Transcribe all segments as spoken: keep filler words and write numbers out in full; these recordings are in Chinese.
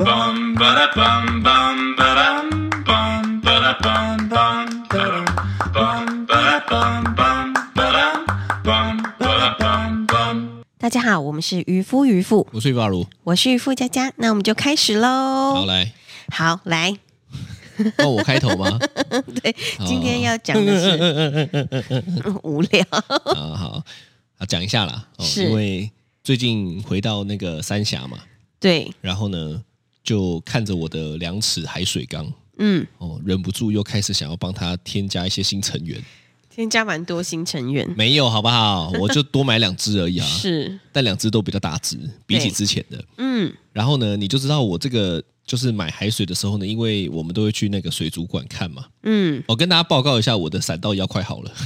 bum ba da bum bum ba dum bum ba da bum bum bum ba da bum bum ba dum bum ba da bum bum。 大家好，我们是渔夫渔妇， 我是法如， 我是渔夫佳佳，那我们就开始喽。 好来， 好来， 哦，我开头吗？ 对，今天要讲的是无聊。 啊好，啊讲一下啦，哦， 是因为最近回到那个三峡嘛， 对， 然后呢就看着我的两尺海水缸， 嗯， 哦，忍不住又开始想要帮它添加一些新成员。 添加蛮多新成员， 没有好不好？我就多买两只而已啊， 是， 但两只都比较大只，比起之前的。 嗯， 然后呢，你就知道我这个就是买海水的时候呢，因为我们都会去那个水族馆看嘛。嗯，我跟大家报告一下，我的闪到腰快好了。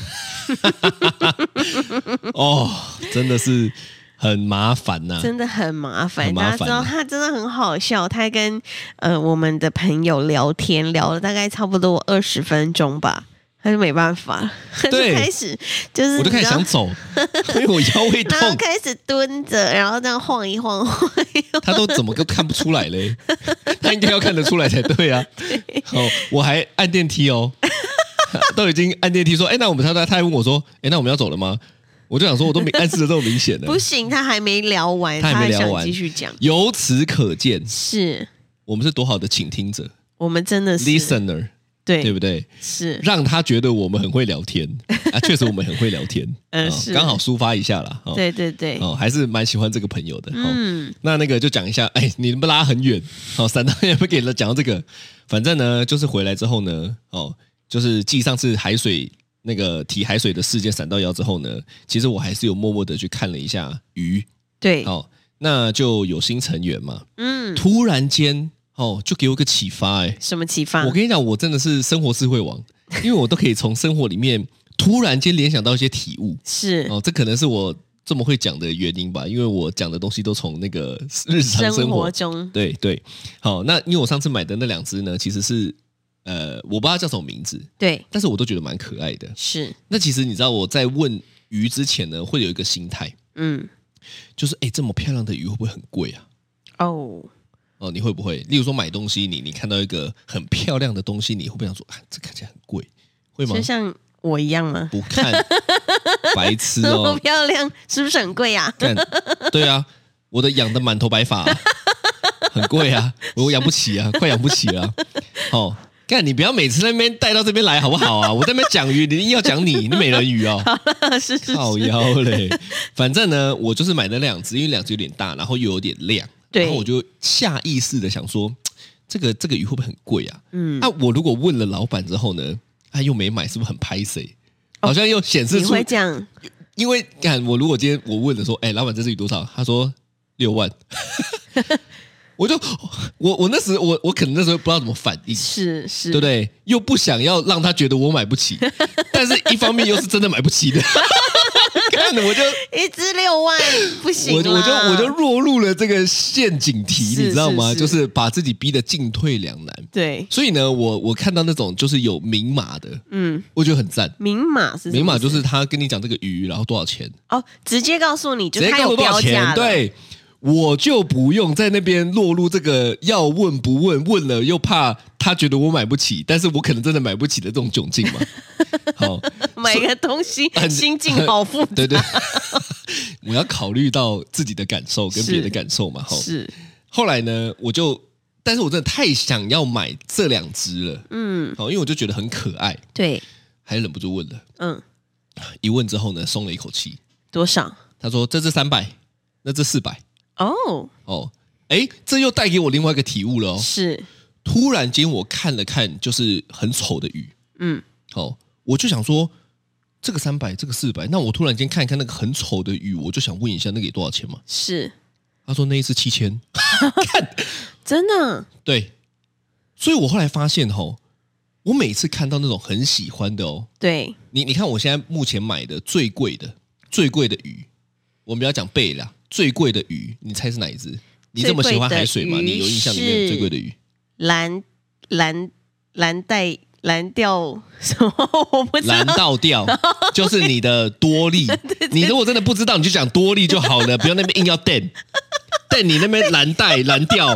哦，真的是很麻烦呐、啊， 真的很麻烦。 很麻烦啊大家知道他真的很好笑，他跟呃我们的朋友聊天，聊了大概差不多二十分钟吧。他就没办法，他就对开始就是我就开始想走，因为我腰会然后痛。 开始蹲着，然后这样晃一晃，晃一晃。 他都怎么都看不出来嘞？他应该要看得出来才对啊。哦，我还按电梯哦，都已经按电梯说，哎，那我们他他他还问我说，哎，那我们要走了吗？我就想说，我都没暗示的这么明显的。 不行，他还没聊完， 他还没聊完， 想继续讲。 由此可见， 是我们是多好的倾听者， 我们真的是 listener。 对对不对？ 是让他觉得我们很会聊天啊，确实我们很会聊天， 嗯、呃哦、 是刚好抒发一下啦。哦、 对对对， 哦，还是蛮喜欢这个朋友的。 嗯， 哦、那那个就讲一下，哎，你们拉很远，好、哦，闪到也不给了，讲到这个，反正呢，就是回来之后呢，哦，就是继上次海水那个提海水的事件闪到腰之后呢，其实我还是有默默的去看了一下鱼， 对， 哦，那就有新成员嘛， 嗯， 突然间。哦，就给我一个启发哎、欸！ 什么启发？ 我跟你讲，我真的是生活智慧王，因为我都可以从生活里面突然间联想到一些体悟。 是哦，这可能是我这么会讲的原因吧，因为我讲的东西都从那个日常生活, 生活中。 对对，好，那因为我上次买的那两只呢，其实是呃，我不知道叫什么名字， 对， 但是我都觉得蛮可爱的。 是， 那其实你知道我在问鱼之前呢，会有一个心态，嗯，就是哎，这么漂亮的鱼会不会很贵啊？ 哦。 哦，你会不会？例如说买东西，你你看到一个很漂亮的东西，你会不会想说啊，这看起来很贵，会吗？ 就像我一样吗？ 不看，白痴哦！ 那么漂亮，是不是很贵呀、 啊？对啊，我的养的满头白发、啊，很贵啊，我养不起啊，快养不起了、啊。哦，干你不要每次那边带到这边来好不好啊？我在那边讲鱼，你硬要讲你，你美人鱼哦。 是是是， 靠腰嘞。反正呢，我就是买了两只，因为两只有点大，然后又有点亮。然后我就下意识的想说，这个这个鱼会不会很贵啊？嗯，那、啊、我如果问了老板之后呢，他、啊、又没买，是不是很拍谁？好像又显示出、哦、 你会这样， 因为看我如果今天我问了说，哎，老板这只鱼多少？他说六万，我就我我那时我我可能那时候不知道怎么反应， 是是， 对不对？又不想要让他觉得我买不起，但是一方面又是真的买不起的。看我就一只六万不行， 我就我就我就落入了这个陷阱题，你知道吗？ 是是是就是把自己逼得进退两难。 对， 所以呢，我我看到那种就是有明码的，嗯，我觉得很赞。 明码是什么？ 明码就是他跟你讲这个鱼，然后多少钱哦，直接告诉你，就直接他有标价， 对。我就不用在那边落入这个要问不问，问了又怕他觉得我买不起，但是我可能真的买不起的这种窘境嘛。好， 买个东西心境好复杂。 对对，我要考虑到自己的感受跟别的感受嘛。 是。 后来呢，我就，但是我真的太想要买这两只了。嗯，好，因为我就觉得很可爱。 对， 还忍不住问了。嗯，一问之后呢，松了一口气。 多少？ 他说这只三百，那只四百。 哦哦，哎，这又带给我另外一个体悟了哦。 是， 突然间我看了看，就是很丑的鱼，嗯，哦，我就想说，这个三百，这个四百，那我突然间看一看那个很丑的鱼，我就想问一下，那个多少钱嘛？ 是， 他说那一次七千，看， 真的， 对，所以我后来发现哦，我每次看到那种很喜欢的哦， 对， 你你看我现在目前买的最贵的最贵的鱼，我们不要讲贝啦。最贵的鱼，你猜是哪一只？你这么喜欢海水吗？你有印象里面最贵的鱼？ 蓝蓝蓝带蓝钓什么？我不知道。 蓝倒钓就是你的多利。你如果真的不知道，你就讲多利就好了，不要那边硬要瞪瞪你那边蓝带蓝钓。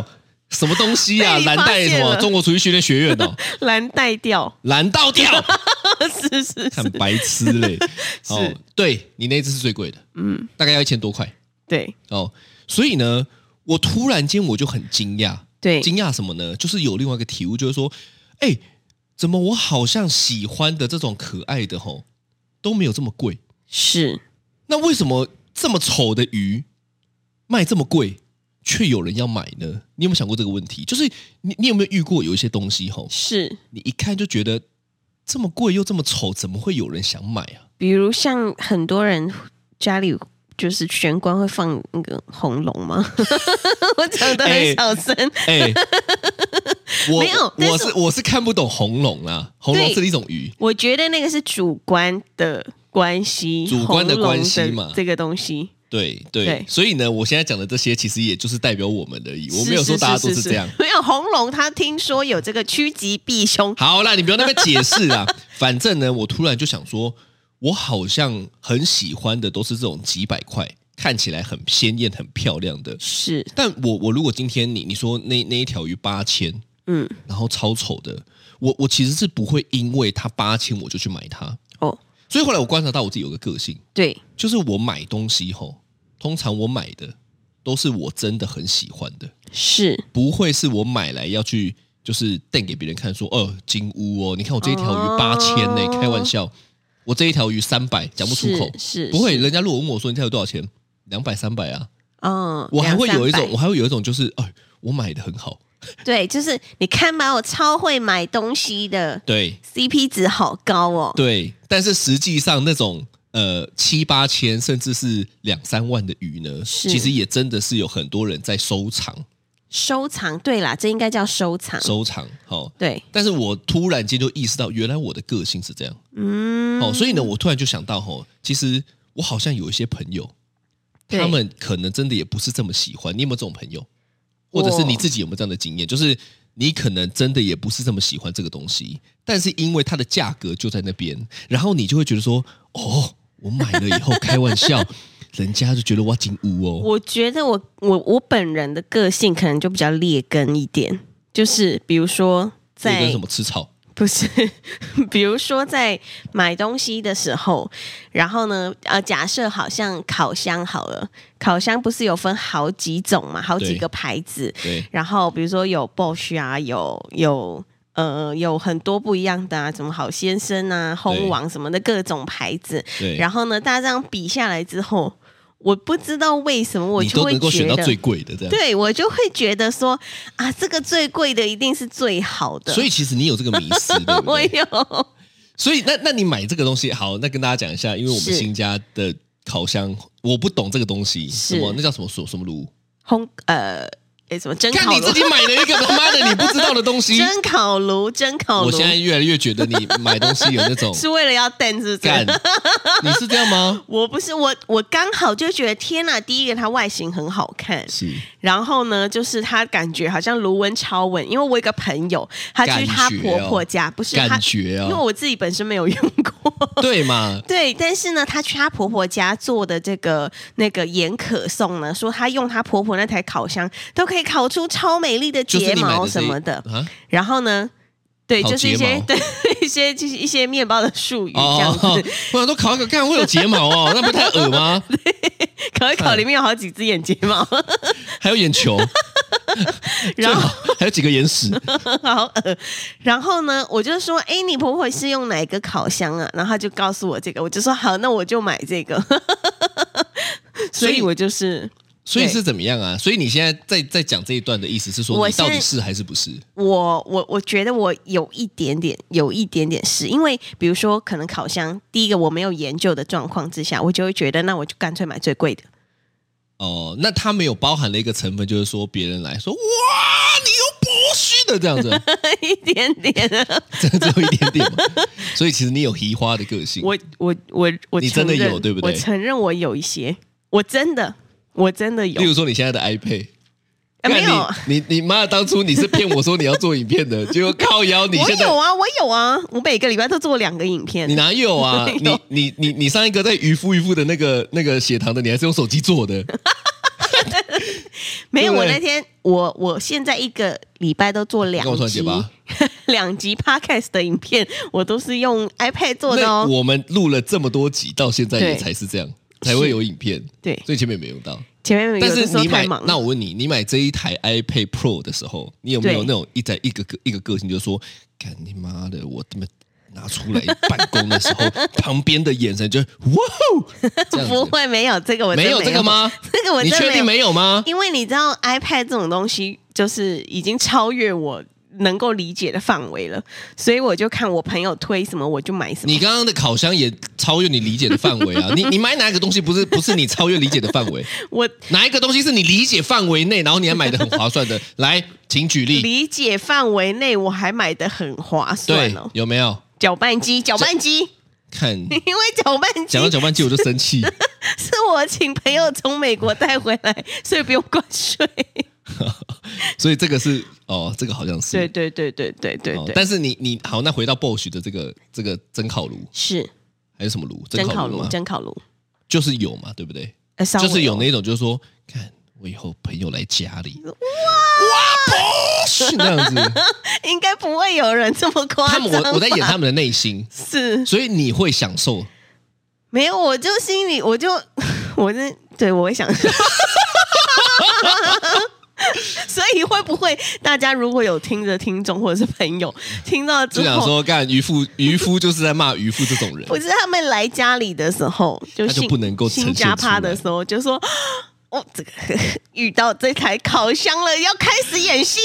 什么东西啊？蓝带什么？中国厨艺训练学院哦， 蓝带调， 蓝倒调， 是是是， 看白痴嘞。哦，对你那一只是最贵的，嗯，大概要一千多块。 对， 哦，所以呢，我突然间我就很惊讶， 对， 惊讶什么呢？就是有另外一个体悟，就是说，哎，怎么我好像喜欢的这种可爱的吼都没有这么贵？ 是， 那为什么这么丑的鱼卖这么贵？却有人要买呢？你有没有想过这个问题？就是你，你有没有遇过有一些东西吼， 是你一看就觉得这么贵又这么丑，怎么会有人想买啊？ 比如像很多人家里就是玄关会放那个红龙吗？我讲的很小声。哎、欸， 我没有， 我是我是看不懂红龙啦，红龙是一种鱼。 我觉得那个是主观的关系， 主观的关系嘛， 这个东西。 对 对, 对，所以呢，我现在讲的这些其实也就是代表我们而已，我没有说大家都是这样。 是是是是是没有红龙，他听说有这个趋吉避凶。 好啦，你不要那边解释啦。反正呢，我突然就想说，我好像很喜欢的都是这种几百块，看起来很鲜艳、很漂亮的。 是， 但我我如果今天你你说那那一条鱼八千，嗯，然后超丑的，我我其实是不会因为它八千我就去买它哦。所以后来我观察到我自己有个个性， 对， 就是我买东西吼，通常我买的都是我真的很喜欢的， 是不会是我买来要去就是瞪给别人看说，哦，金乌哦，你看我这一条鱼八千呢，开玩笑，我这一条鱼三百，讲不出口， 是, 是不会，人家如果问我说你这条鱼多少钱，两百三百啊， 嗯， 我还会有一种，我还会有一种就是，哎，我买的很好。 对，就是你看吧，我超会买东西的， 对 ，C P 值好高哦。 对，但是实际上那种呃七八千甚至是两三万的鱼呢，其实也真的是有很多人在收藏。 收藏，对啦，这应该叫收藏。 收藏，好、哦， 对。 但是我突然间就意识到，原来我的个性是这样，嗯，哦，所以呢，我突然就想到，吼、哦，其实我好像有一些朋友，他们可能真的也不是这么喜欢。你有没有这种朋友？或者是你自己有没有这样的经验？就是你可能真的也不是这么喜欢这个东西，但是因为它的价格就在那边，然后你就会觉得说，哦，我买了以后开玩笑，人家就觉得我金乌哦。 我觉得我我我本人的个性可能就比较劣根一点，就是比如说在劣根什么吃草。 不是，比如说在买东西的时候，然后呢，呃，假设好像烤箱好了，烤箱不是有分好几种嘛，好几个牌子， 对， 然后比如说有 Bosch 啊，有有呃有很多不一样的啊，什么好先生啊、烘王什么的各种牌子， 对， 然后呢，大家这样比下来之后。我不知道为什么我就会觉得， 你都能够选到最贵的这样， 对我就会觉得说啊，这个最贵的一定是最好的。 所以其实你有这个迷思，对不对？ 我有。 所以那那你买这个东西，好，那跟大家讲一下，因为我们新家的烤箱，我不懂这个东西，什么那叫什么什么炉？ 烘呃。哎，什么蒸烤炉？ 看你自己买了一个他妈的你不知道的东西。 蒸烤炉，蒸烤炉。 我现在越来越觉得你买东西有那种是为了要瞪，是不是？ 干，你是这样吗？ 我不是，我我刚好就觉得天哪！第一个它外形很好看， 是。 然后呢，就是它感觉好像炉温超稳，因为我有一个朋友，她去她婆婆家， 哦、 不是感觉哦， 因为我自己本身没有用过， 对嘛？ 对，但是呢，她去她婆婆家做的这个那个盐可颂呢，说她用她婆婆那台烤箱都可以烤出超美丽的睫毛什么的， 啊、 然后呢，对，就是一些对一些就是一些面包的术语这样子。 哦、我想说烤一烤，看会有睫毛哦，那不太恶吗？ 对，烤一烤里面有好几只眼睫毛， 还有眼球，然后还有几个眼屎， 好恶。然后呢，我就说，哎，你婆婆是用哪个烤箱啊？然后他就告诉我这个，我就说好，那我就买这个。所以我就是。 所以是怎么样啊？所以你现在在在讲这一段的意思是说，你到底是还是不是？ 我我我觉得我有一点点，有一点点是，因为比如说，可能烤箱，第一个我没有研究的状况之下，我就会觉得，那我就干脆买最贵的。 哦，那它没有包含了一个成分，就是说别人来说，哇，你有剥削的这样子， 一点点啊， 真的只有一点点嘛。所以其实你有移花的个性， 我我我我你真的有对不对？ 我承认我有一些，我真的。我真的有， 例如说你现在的 iPad，、 啊、没有你你你妈当初你是骗我说你要做影片的，结果靠腰你现在我有啊，我有啊，我每个礼拜都做两个影片。 你哪有啊？有你你你你上一个在渔夫渔夫的那个那个血糖的，你还是用手机做的。 没有， 对不对我那天我我现在一个礼拜都做两跟我说结集巴两集 podcast 的影片，我都是用 iPad 做的那哦。 我们录了这么多集，到现在也对才是这样，才会有影片。 对， 所以前面没用到。 前面有但是的时候你买太忙， 那我问你，你买这一台 iPad Pro 的时候，你有没有对那种一在一个个一个个性，就是说，干你妈的，我他妈拿出来办公的时候，旁边的眼神就哇哦，这样子不会没有这个我真没有这个吗？ 这个我真的你确定没有吗？ 因为你知道 iPad 这种东西，就是已经超越我能够理解的范围了，所以我就看我朋友推什么，我就买什么。 你刚刚的烤箱也超越你理解的范围啊！你你买哪个东西不是不是你超越理解的范围？ 我哪一个东西是你理解范围内，然后你还买的很划算的？来，请举例。 理解范围内，我还买的很划算对哦。， 有没有？ 搅拌机，搅拌机， 看因为搅拌机讲到搅拌机我就生气。 是我请朋友从美国带回来，所以不用关税。 所以这个是哦，这个好像是对对对对对对对， 哦但是你你好，那回到 Bosch 的这个这个蒸烤炉是还是什么炉？ 蒸烤炉， 炉吗？ 蒸烤炉， 就是有嘛，对不对？ 呃，稍微就是有哦那种，就是说，看我以后朋友来家里，哇哇 Bosch 那样子， 应该不会有人这么夸他张吧。 们我我在演他们的内心， 是所以你会享受。 没有，我就心里我就我这对我会想说，所以会不会大家如果有听着听众或者是朋友听到之后， 就想说，干渔夫，渔夫就是在骂渔夫这种人。 不是他们来家里的时候，就他就新不能够呈现新家趴出来的时候，就说。哦，这个遇到这台烤箱了，要开始演戏。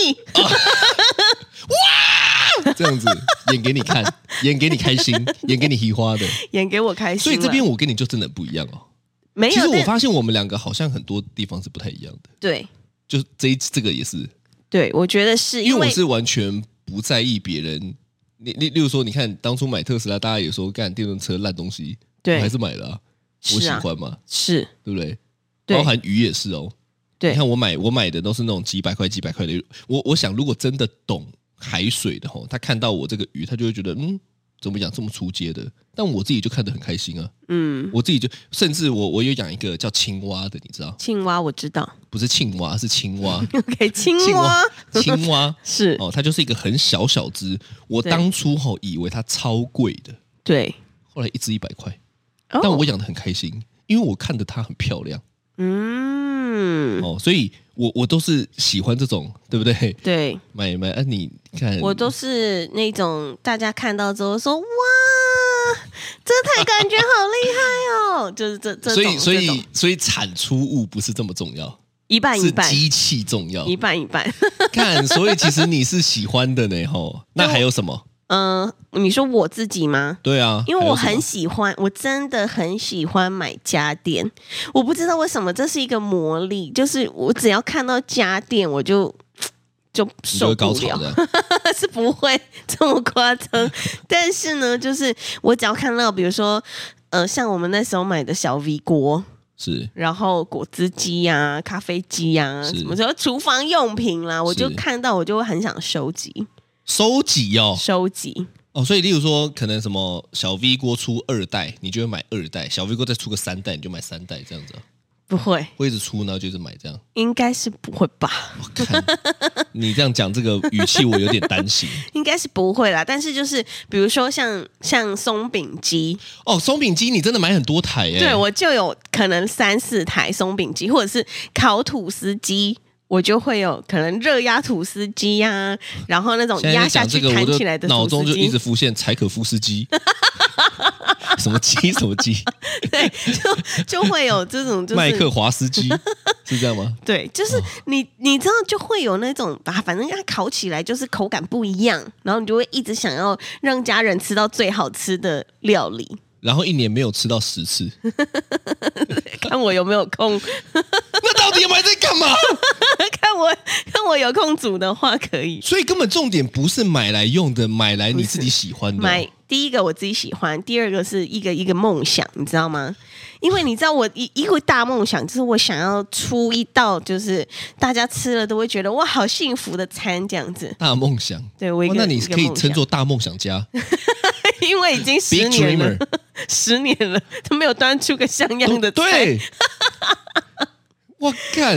这样子演给你看，演给你开心，演给你嘻花的。 演给我开心了。 所以这边我跟你就真的不一样哦。 没有， 其实我但发现我们两个好像很多地方是不太一样的。 对就这一这个也是， 对，我觉得是因为为我是完全不在意别人。你你例如说，你看当初买特斯拉，大家也说干电动车烂东西， 对我还是买了、啊，我喜是啊欢嘛， 是对不对？ 对包含鱼也是哦。 对你看我买我买的都是那种几百块几百块的，我我想如果真的懂海水的吼，他看到我这个鱼，他就会觉得嗯，怎么讲这么出街的？但我自己就看得很开心啊。 嗯， 我自己就甚至我我有养一个叫青蛙的，你知道？ 青蛙我知道。 不是青蛙，是青蛙。 OK，青青蛙青蛙是哦，它就是一个很小小只。我对当初吼以为它超贵的， 对， 后来一只一百块， 哦但我养的很开心，因为我看着它很漂亮嗯， 哦，所以我我都是喜欢这种，对不对？ 对买买，啊，你看， 我都是那种大家看到之后说哇，这台感觉好厉害哦，就是这这种所以所这种以所以产出物不是这么重要，是一半一半机器重要。 一半一半。 看，所以其实你是喜欢的呢，吼。那还有什么？ 嗯、你说我自己吗？ 对啊， 因为我很还有什么喜欢，我真的很喜欢买家电。我不知道为什么，这是一个魔力，就是我只要看到家电，我就就你就受不会高潮了。 的。 是不会这么夸张，但是呢，就是我只要看到，比如说，呃，像我们那时候买的小 V 锅， 是然后果汁机呀、咖啡机呀、 是什么时候厨房用品啦，我就是看到我就会很想收集， 收集哦收集。 哦，所以例如说，可能什么小 V 锅出二代，你就会买二代；小 V 锅再出个三代，你就买三代，这样子、啊。 不会， 会一直出呢，就是买这样。 应该是不会吧？ 我看你这样讲这个语气，我有点担心。 应该是不会啦。但是就是比如说像像松饼机， 哦，松饼机你真的买很多台耶、 对我就有可能三四台松饼机，或者是烤吐司机。我就会有可能热压吐司机呀、啊，然后那种现在压下去讲这个，我弹起来的脑中就吐司机， 一直浮现柴可夫斯基，什么鸡什么鸡， 对，就就会有这种就是麦克华斯基，是这样吗？ 对，就是你你知道就会有那种把反正它烤起来就是口感不一样，然后你就会一直想要让家人吃到最好吃的料理。 然后一年没有吃到十次， 看我有没有空， 那到底我们还在干嘛？ 看我看我有空煮的话可以所以根本重点不是买来用的，买来你自己喜欢的。 买。第一个我自己喜欢，第二个是一个一个梦想，你知道吗？因为你知道我一一个大梦想就是我想要出一道就是大家吃了都会觉得哇好幸福的餐这样子。 大梦想， 对我一个、 哦、那你可以一个梦想称作大梦想家因为已经十 Big 年了 Dreamer， 十年了，都没有端出个像样的菜。 对，我干，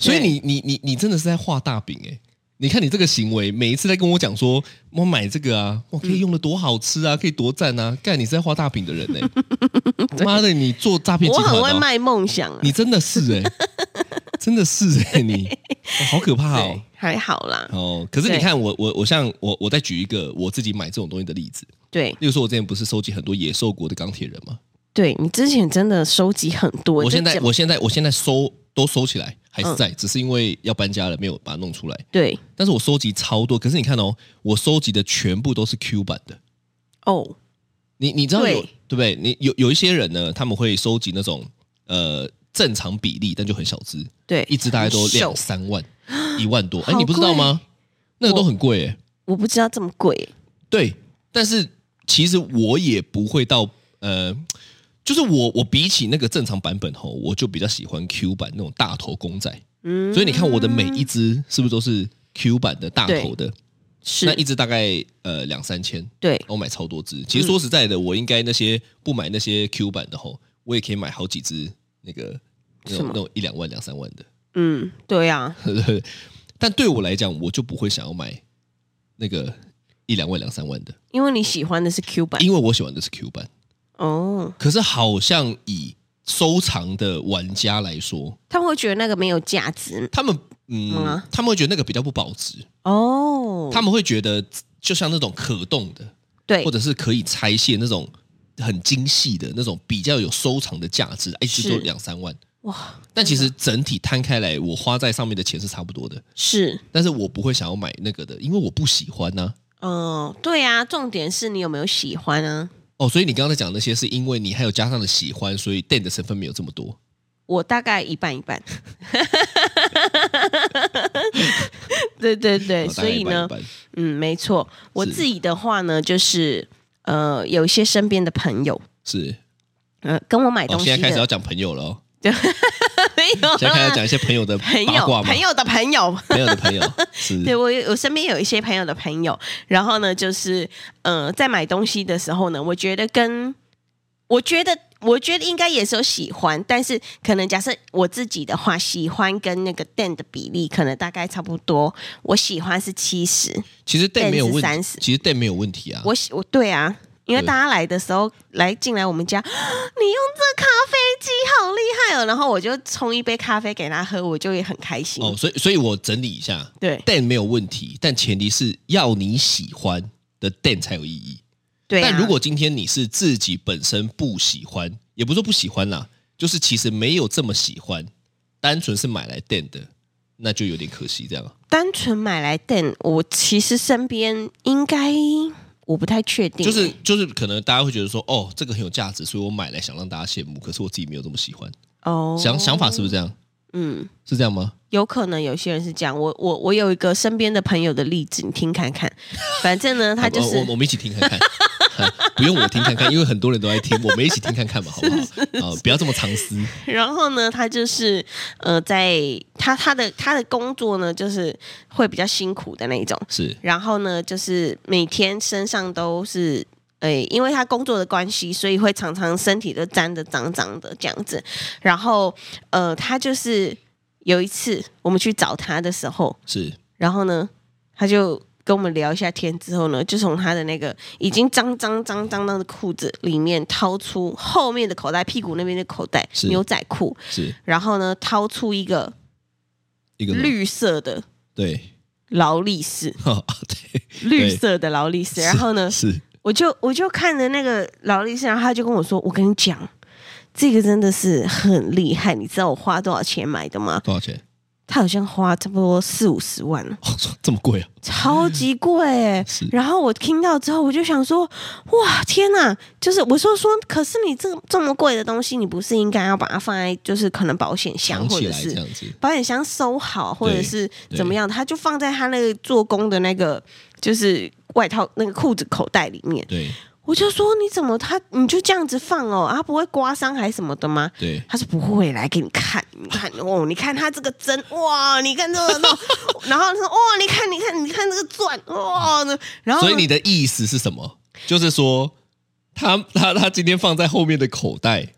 所以你你你你真的是在画大饼哎、欸！你看你这个行为，每一次在跟我讲说我买这个啊，我可以用的多好吃啊，可以多赞啊！干，你是在画大饼的人哎、欸！妈的，你做诈骗集团、哦， 我很会卖梦想、啊， 你真的是哎、欸，真的是哎、欸，你、哦、好可怕哦！ 还好啦哦，可是你看我我我像我我再举一个我自己买这种东西的例子， 对， 例如说我之前不是收集很多野兽国的钢铁人吗？ 对，你之前真的收集很多， 我现在我现在我现在收都收起来，还是在、嗯，只是因为要搬家了，没有把它弄出来。 对， 但是我收集超多，可是你看哦，我收集的全部都是 Q 版的。 哦， 你你知道有 对, 对不对？你有有一些人呢，他们会收集那种呃正常比例，但就很小只， 对， 一只大概都两三万、一万多。哎，你不知道吗？那个都很贵哎， 我不知道这么贵。 对，但是其实我也不会到呃。就是我，我比起那个正常版本吼，我就比较喜欢 Q 版那种大头公仔。嗯，所以你看我的每一只是不是都是 Q 版的大头的？是，那一只大概呃两三千。对，我买超多只。其实说实在的，嗯、我应该那些不买那些 Q 版的吼，我也可以买好几只那个那种那种一两万、两三万的。 嗯，对呀、啊。 但对我来讲，我就不会想要买那个一两万、两三万的， 因为你喜欢的是 Q 版， 因为我喜欢的是 Q 版。 哦， 可是好像以收藏的玩家来说， 他们会觉得那个没有价值。 他们嗯、嗯，他们会觉得那个比较不保值。 哦， 他们会觉得就像那种可动的， 对， 或者是可以拆卸那种很精细的那种比较有收藏的价值，一只都两三万哇！但其实整体摊开来，我花在上面的钱是差不多的。是，但是我不会想要买那个的，因为我不喜欢呢、 啊。嗯，对啊，重点是你有没有喜欢啊？ 哦，所以你刚才讲那些是因为你还有加上的喜欢，所以 Dan 的成分没有这么多。 我大概一半一半。对对对，所以呢，嗯，没错。我自己的话呢，就是呃，有一些身边的朋友是，呃，跟我买东西的、 哦。现在开始要讲朋友了哦。 没有， 现在开始讲一些朋友的八卦吗？ 朋友的朋友， 朋友的朋友，是对我我身边有一些朋友的朋友，然后呢，就是呃，在买东西的时候呢，我觉得跟我觉得我觉得应该也是有喜欢，但是可能假设我自己的话，喜欢跟那个 Dan 的比例可能大概差不多，我喜欢是七十， 其实 Dan 没有问题， 三十， 其实 Dan 没有问题啊， 我我对啊。因为大家来的时候来进来我们家，你用这咖啡机好厉害哦，然后我就冲一杯咖啡给他喝，我就也很开心哦。所以，所以我整理一下， 对 Dan 没有问题，但前提是要你喜欢的 Dan 才有意义。 对、啊， 但如果今天你是自己本身不喜欢，也不是说不喜欢啦，就是其实没有这么喜欢，单纯是买来 Dan 的，那就有点可惜。这样， 单纯买来 Dan， 我其实身边应该。我不太确定， 就是就是可能大家会觉得说，哦，这个很有价值，所以我买来想让大家羡慕，可是我自己没有这么喜欢。哦，想想法是不是这样？嗯，是这样吗？ 有可能有些人是这样。我我我有一个身边的朋友的例子，你听看看。反正呢，他就是我我们一起听看看，不用我听看看，因为很多人都在听，我们一起听看看嘛，好不好？啊、呃，不要这么藏私。 然后呢，他就是呃，在他他的他的工作呢，就是会比较辛苦的那种。是。然后呢，就是每天身上都是。诶，因为他工作的关系，所以会常常身体都沾得脏脏的这样子。然后，呃，他就是有一次我们去找他的时候，是，然后呢，他就跟我们聊一下天之后呢，就从他的那个已经脏脏脏脏脏的裤子里面掏出后面的口袋，屁股那边的口袋，牛仔裤，是，然后呢，掏出一个一个绿色的，对，劳力士，哦、对，绿色的劳力士，然后呢，是。我就我就看着那个劳力士，然后他就跟我说：“我跟你讲，这个真的是很厉害，你知道我花多少钱买的吗？” 多少钱？ 他好像花差不多四五十万了， 哦，这么贵啊！ 超级贵哎！然后我听到之后，我就想说：“哇，天哪！”就是我说说，可是你这这么贵的东西，你不是应该要把它放在就是可能保险箱或者是保险箱收好，或者是怎么样？他就放在他那个做工的那个就是外套那个裤子口袋里面。对。我就说你怎么他你就这样子放哦啊不会刮伤还是什么的吗？对，他说不会，来给你看，你看哦，你看他这个针哇，你看这个，然后他说哇，你看你看你看这个钻哇，然后所以你的意思是什么？就是说他他他今天放在后面的口袋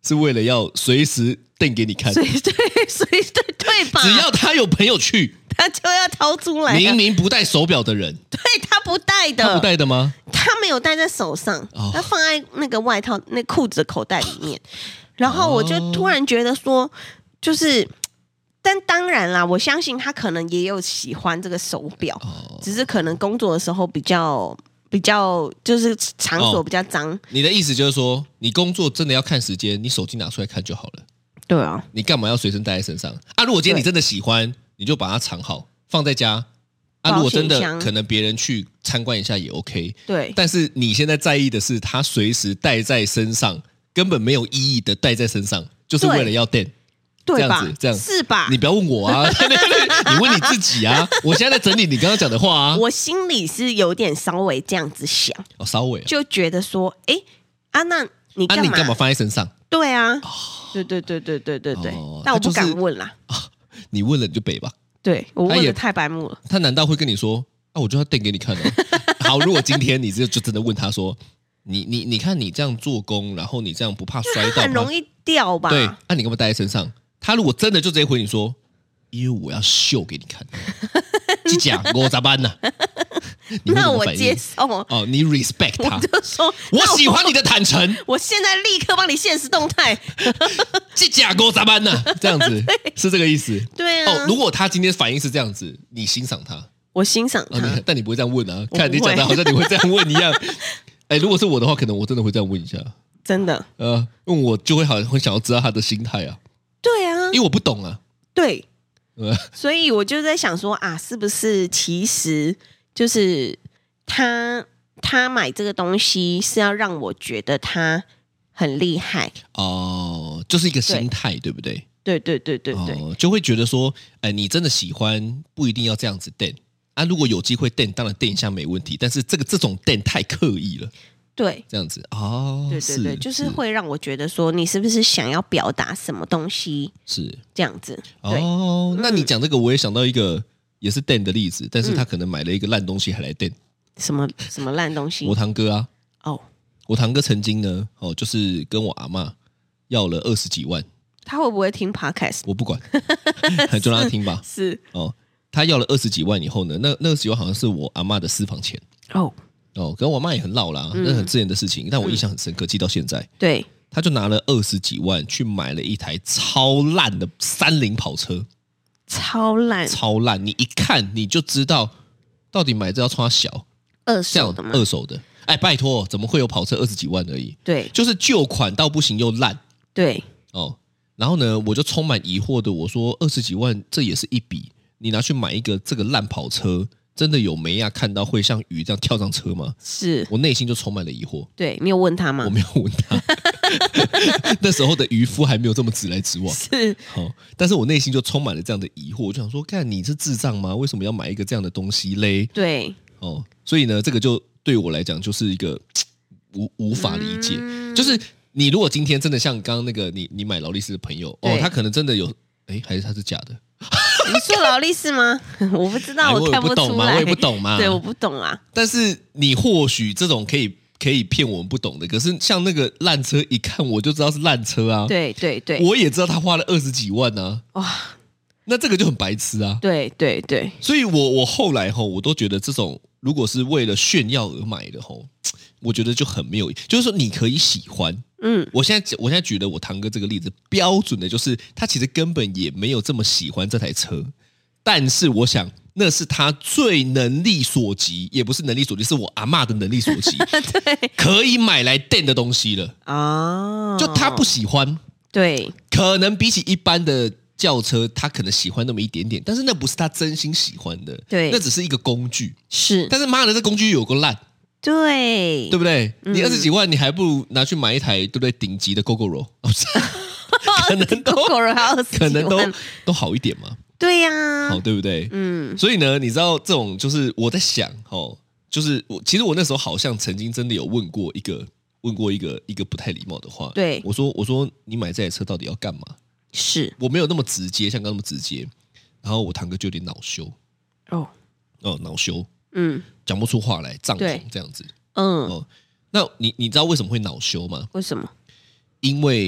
是为了要随时瞪给你看， 所以对，所以对对吧？ 只要他有朋友去， 他就要掏出来。 明明不戴手表的人， 对他不戴的， 他不戴的吗？ 他没有戴在手上， 哦、 他放在那个外套、那裤子的口袋里面。然后我就突然觉得说，就是。但当然啦，我相信他可能也有喜欢这个手表，哦、只是可能工作的时候比较比较，就是场所比较脏。哦、 你的意思就是说，你工作真的要看时间，你手机拿出来看就好了。 对啊， 你干嘛要随身带在身上啊？如果今天你真的喜欢，你就把它藏好，放在家。啊，如果真的可能别人去参观一下也 OK。对，但是你现在在意的是，他随时带在身上，根本没有意义的带在身上，就是为了要电。 对吧？ 这样子，这样是吧？ 你不要问我啊，你问你自己啊。我现在在整理你刚刚讲的话啊。 我心里是有点稍微这样子想， 哦，稍微、啊、 就觉得说，哎，啊，那你干嘛？ 啊，你干嘛放在身上？ 对啊，哦、对对对对对对对。哦、但我不敢问啦、 就是哦。你问了你就北吧。 对我问的太白目了。 他难道会跟你说，啊，我就要电给你看哦。好，如果今天你就就真的问他说。你你你看你这样做工，然后你这样不怕摔到， 很容易掉吧？ 对，那、啊、你干嘛带在身上？他如果真的就直接回你说，因为我要秀给你看，去讲我咋办呢？ 那我接受哦，你 respect 他， 我就说我喜欢你的坦诚， 我现在立刻帮你限时动态， 去讲我咋办呢？这样子是这个意思？ 对啊。 哦，如果他今天反应是这样子，你欣赏他， 我欣赏他， 哦、但你不会这样问啊？看你讲的好像你会这样问一样。哎，如果是我的话，可能我真的会这样问一下， 真的， 呃，因为我就会好像会想要知道他的心态啊。 对啊， 因为我不懂啊。 对，呃、所以我就在想说啊，是不是其实就是他他买这个东西是要让我觉得他很厉害哦，就是一个心态， 对, 对不对？ 对对对对对、 哦，就会觉得说，哎，你真的喜欢，不一定要这样子电。啊，如果有机会电，当然电一下没问题。但是这个这种电太刻意了， 对， 这样子哦， 对对对，是就是会让我觉得说，你是不是想要表达什么东西？ 是这样子哦。那你讲这个，我也想到一个也是电的例子，但是他可能买了一个烂东西还来电。 什么什么烂东西？ 我堂哥啊， 哦， 我堂哥曾经呢，哦，就是跟我阿嬷要了二十几万。 他会不会听 podcast？ 我不管，就让他听吧。 是哦。他要了二十几万以后呢，那那二十几万好像是我阿嬷的私房钱哦哦，可能我妈也很老啦，那、嗯、很自然的事情，但我印象很深刻，记到现在。 对， 他就拿了二十几万去买了一台超烂的三菱跑车， 超烂， 超烂，你一看你就知道到底买这要穿小二手的吗？ 二手的，哎，拜托，怎么会有跑车二十几万而已？ 对， 就是旧款到不行又烂。 对， 哦，然后呢，我就充满疑惑的我说，二十几万这也是一笔。你拿去买一个这个烂跑车，真的有梅亚看到会像鱼这样跳上车吗？ 是我内心就充满了疑惑。 对，你有问他吗？ 我没有问他。那时候的渔夫还没有这么直来直往。 是， 哦，但是我内心就充满了这样的疑惑，我就想说，看你是智障吗？为什么要买一个这样的东西嘞？ 对， 哦，所以呢，这个就对我来讲就是一个无无法理解，嗯、就是你如果今天真的像刚刚那个你你买劳力士的朋友，哦，他可能真的有，哎，还是他是假的。 你说劳力士吗？我不知道，我看不出来， 我也不懂嘛。 对，我不懂啊。 但是你或许这种可以可以骗我们不懂的，可是像那个烂车，一看我就知道是烂车啊。 对对对， 我也知道他花了二十几万啊。哇，那这个就很白痴啊。 对对对， 所以我我后来吼，我都觉得这种如果是为了炫耀而买的吼，我觉得就很没有，就是说你可以喜欢。嗯，我现在我现在举的我堂哥这个例子，标准的就是他其实根本也没有这么喜欢这台车，但是我想那是他最能力所及，也不是能力所及，是我阿嬷的能力所及，对，可以买来电的东西了哦。就他不喜欢， 对， 可能比起一般的轿车，他可能喜欢那么一点点，但是那不是他真心喜欢的， 对， 那只是一个工具， 是。 但是妈的，这工具有够烂。 对， 对不对？你二十几万，你还不如拿去买一台，对不对？顶级的 Gogoro， 可能都可能都都好一点嘛。 对呀、啊， 好，对不对？嗯。所以呢，你知道这种就是我在想，哦，就是我其实我那时候好像曾经真的有问过一个问过一个一个不太礼貌的话。 对， 我说我说你买这台车到底要干嘛？ 是我没有那么直接，像刚刚那么直接。然后我堂哥就有点恼羞。哦哦，恼羞。嗯，讲不出话来，涨红这样子。嗯，哦，那你你知道为什么会恼羞吗？ 为什么？ 因为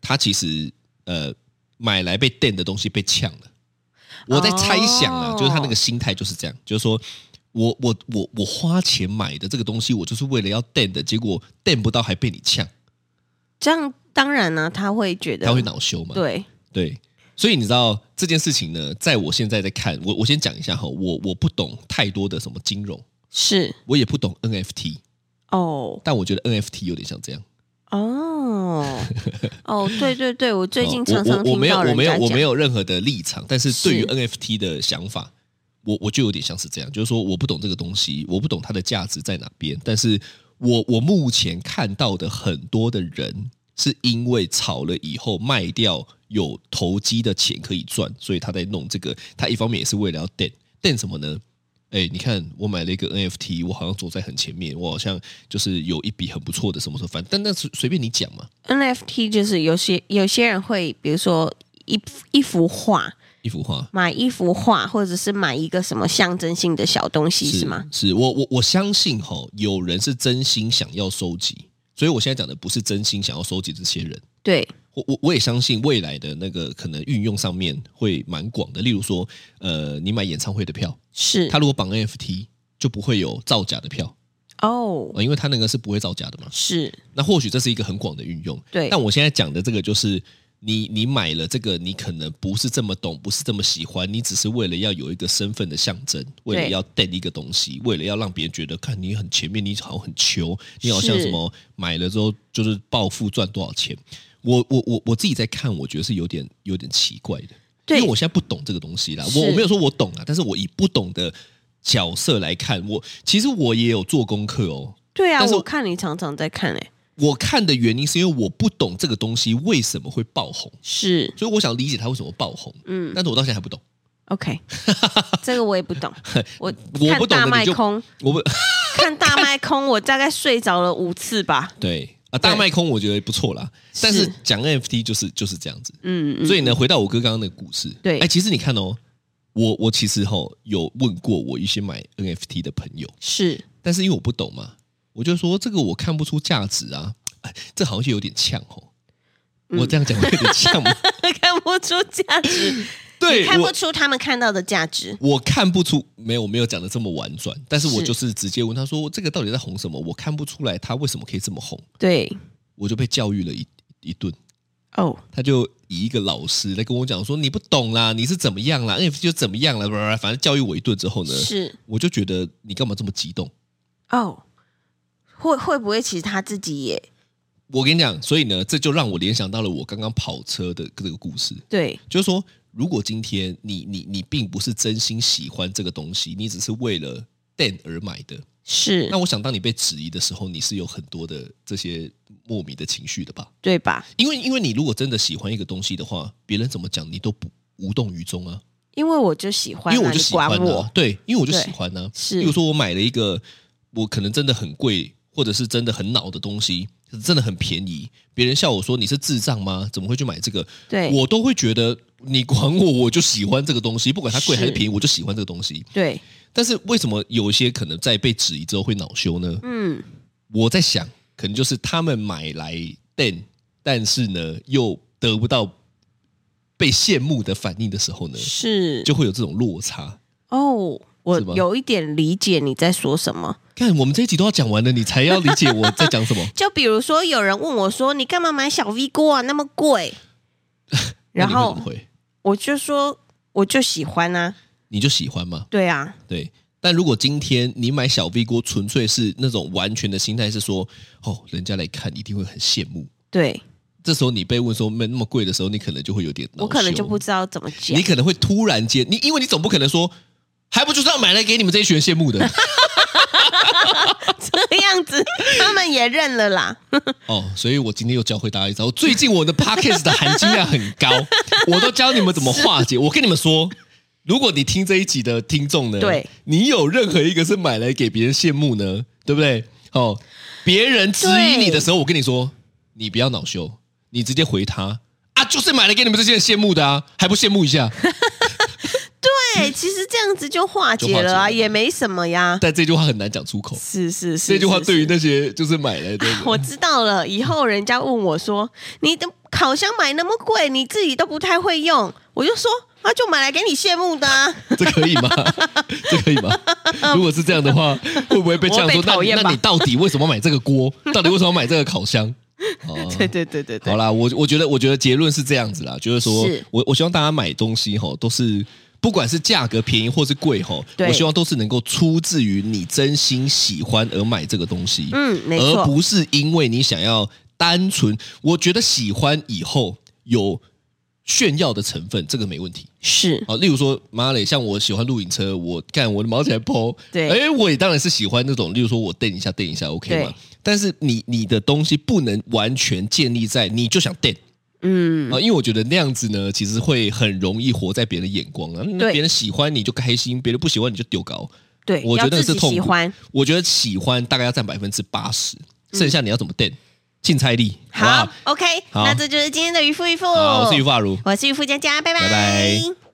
他其实呃买来被电的东西被呛了。我在猜想啊，哦、就是他那个心态就是这样，就是说我我我我花钱买的这个东西，我就是为了要电的，结果电不到还被你呛， 这样当然呢、啊，他会觉得他会恼羞嘛。 对对，所以你知道这件事情呢，在我现在在看，我我先讲一下哈，我我不懂太多的什么金融， 是我也不懂 N F T 哦， 但我觉得 N F T 有点像这样。 哦哦，对对对，我最近常常听到人家讲， 我没有我没有我没有任何的立场，但是对于 N F T 的想法，我我就有点像是这样，就是说我不懂这个东西，我不懂它的价值在哪边，但是我我目前看到的很多的人是因为炒了以后卖掉有投机的钱可以赚，所以他在弄这个，他一方面也是为了要垫垫什么呢？哎，你看，我买了一个 N F T， 我好像走在很前面，我好像就是有一笔很不错的什么什么，反正但那是随便你讲嘛。 N F T 就是有些有些人会，比如说一一幅画， 一幅画， 买一幅画，或者是买一个什么象征性的小东西，是, 是吗？ 是我我我相信哈、哦，有人是真心想要收集，所以我现在讲的不是真心想要收集这些人。 对。 我我我也相信未来的那个可能运用上面会蛮广的，例如说，呃，你买演唱会的票， 是他如果绑 N F T， 就不会有造假的票哦、 呃，因为他那个是不会造假的嘛。 是， 那或许这是一个很广的运用。 对， 但我现在讲的这个就是你你买了这个，你可能不是这么懂，不是这么喜欢，你只是为了要有一个身份的象征，为了要垫一个东西，为了要让别人觉得看你很前面，你好像很穷，你好像什么买了之后就是暴富赚多少钱。我我我我自己在看，我觉得是有点有点奇怪的，因为我现在不懂这个东西啦。我我没有说我懂啦，但是我以不懂的角色来看，我其实我也有做功课哦。 对啊，我看你常常在看诶、欸。 我看的原因是因为我不懂这个东西为什么会爆红， 是， 所以我想理解它为什么爆红。嗯，但是我到现在还不懂。 OK， 这个我也不懂。我我不懂大卖空， 我不看大卖空，我大概睡着了五次吧。 对。啊，大卖空我觉得不错啦，但是讲 N F T 就是就是这样子，嗯，所以呢，回到我哥刚刚那个故事， 对， 哎，其实你看哦，我我其实哈、哦、有问过我一些买 N F T 的朋友， 是， 但是因为我不懂嘛，我就说这个我看不出价值啊，哎，这好像有点呛哦，嗯、我这样讲会有点呛吗？ 看不出价值。 对， 你看不出他们看到的价值， 我看不出，没有没有讲的这么婉转，但是我就是直接问他说，这个到底在红什么？我看不出来他为什么可以这么红。 对， 我就被教育了一一顿。 哦， 他就以一个老师来跟我讲说，你不懂啦，你是怎么样啦 ，N F T 就怎么样啦，反正教育我一顿之后呢， 是， 我就觉得你干嘛这么激动？ 哦，会会不会其实他自己也？ 我跟你讲，所以呢，这就让我联想到了我刚刚跑车的这个故事。 对， 就是说，如果今天你你你并不是真心喜欢这个东西，你只是为了电而买的， 是。 那我想，当你被质疑的时候，你是有很多的这些莫名的情绪的吧？ 对吧？ 因为因为你如果真的喜欢一个东西的话，别人怎么讲你都不无动于衷啊。 因为我就喜欢、啊， 因为我就喜欢、啊、 我对，因为我就喜欢呢、啊。 是， 比如说我买了一个我可能真的很贵，或者是真的很恼的东西。真的很便宜，别人笑我说你是智障吗？怎么会去买这个？ 对， 我都会觉得你管我，我就喜欢这个东西，不管它贵还是便宜，我就喜欢这个东西。 对， 但是为什么有一些可能在被质疑之后会恼羞呢？嗯，我在想，可能就是他们买来电，但是呢又得不到被羡慕的反应的时候呢， 是就会有这种落差。 哦，我有一点理解你在说什么。 看，我们这一集都要讲完了，你才要理解我在讲什么。 就比如说，有人问我说：“你干嘛买小 V 锅啊？那么贵。”然后我就说：“我就喜欢啊。” 你就喜欢吗？ 对啊， 对。但如果今天你买小 V 锅，纯粹是那种完全的心态是说：“哦，人家来看一定会很羡慕。” 对。 这时候你被问说那么贵的时候，你可能就会有点恼羞， 我可能就不知道怎么讲。 你可能会突然间，你因为你总不可能说。还不就是要买来给你们这一群人羡慕的？ 这样子，他们也认了啦。 哦，所以我今天又教会大家一招。最近我的 podcast 的含金量很高，我都教你们怎么化解。我跟你们说，如果你听这一集的听众呢， 对， 你有任何一个是买来给别人羡慕呢，对不对？哦，别人质疑你的时候，我跟你说，你不要恼羞，你直接回他啊，就是买来给你们这些人羡慕的啊，还不羡慕一下？ 对，其实这样子就化解了啊，也没什么呀。 但这句话很难讲出口。 是是 是, 是， 这句话对于那些就是买来的， 我知道了。以后人家问我说：“你的烤箱买那么贵，你自己都不太会用，我就说啊，就买来给你羡慕的啊。 这可以吗？这可以吗？如果是这样的话，会不会被这样说？那那你到底为什么买这个锅？到底为什么买这个烤箱？ 哦、对对对对对。 好啦，我我觉得我觉得结论是这样子啦，就是说我我希望大家买东西吼都是。不管是价格便宜或是贵吼，我希望都是能够出自于你真心喜欢而买这个东西， 嗯，没错， 而不是因为你想要单纯。我觉得喜欢以后有炫耀的成分，这个没问题。 是啊，例如说马磊，像我喜欢露营车，我干我的毛起来po， 对， 哎，我也当然是喜欢那种，例如说我电一下电一下 ，OK 吗？但是你你的东西不能完全建立在你就想电。嗯啊，因为我觉得那样子呢，其实会很容易活在别人的眼光啊。别人喜欢你就开心，别人不喜欢你就丢高。 对， 我觉得那是痛苦。 喜欢， 我觉得喜欢大概要占百分之八十，剩下你要怎么电，竞猜力。好不好 ，OK， 好，那这就是今天的渔夫渔妇。 好，我是渔夫阿如， 我是渔夫佳佳，拜拜。 拜拜。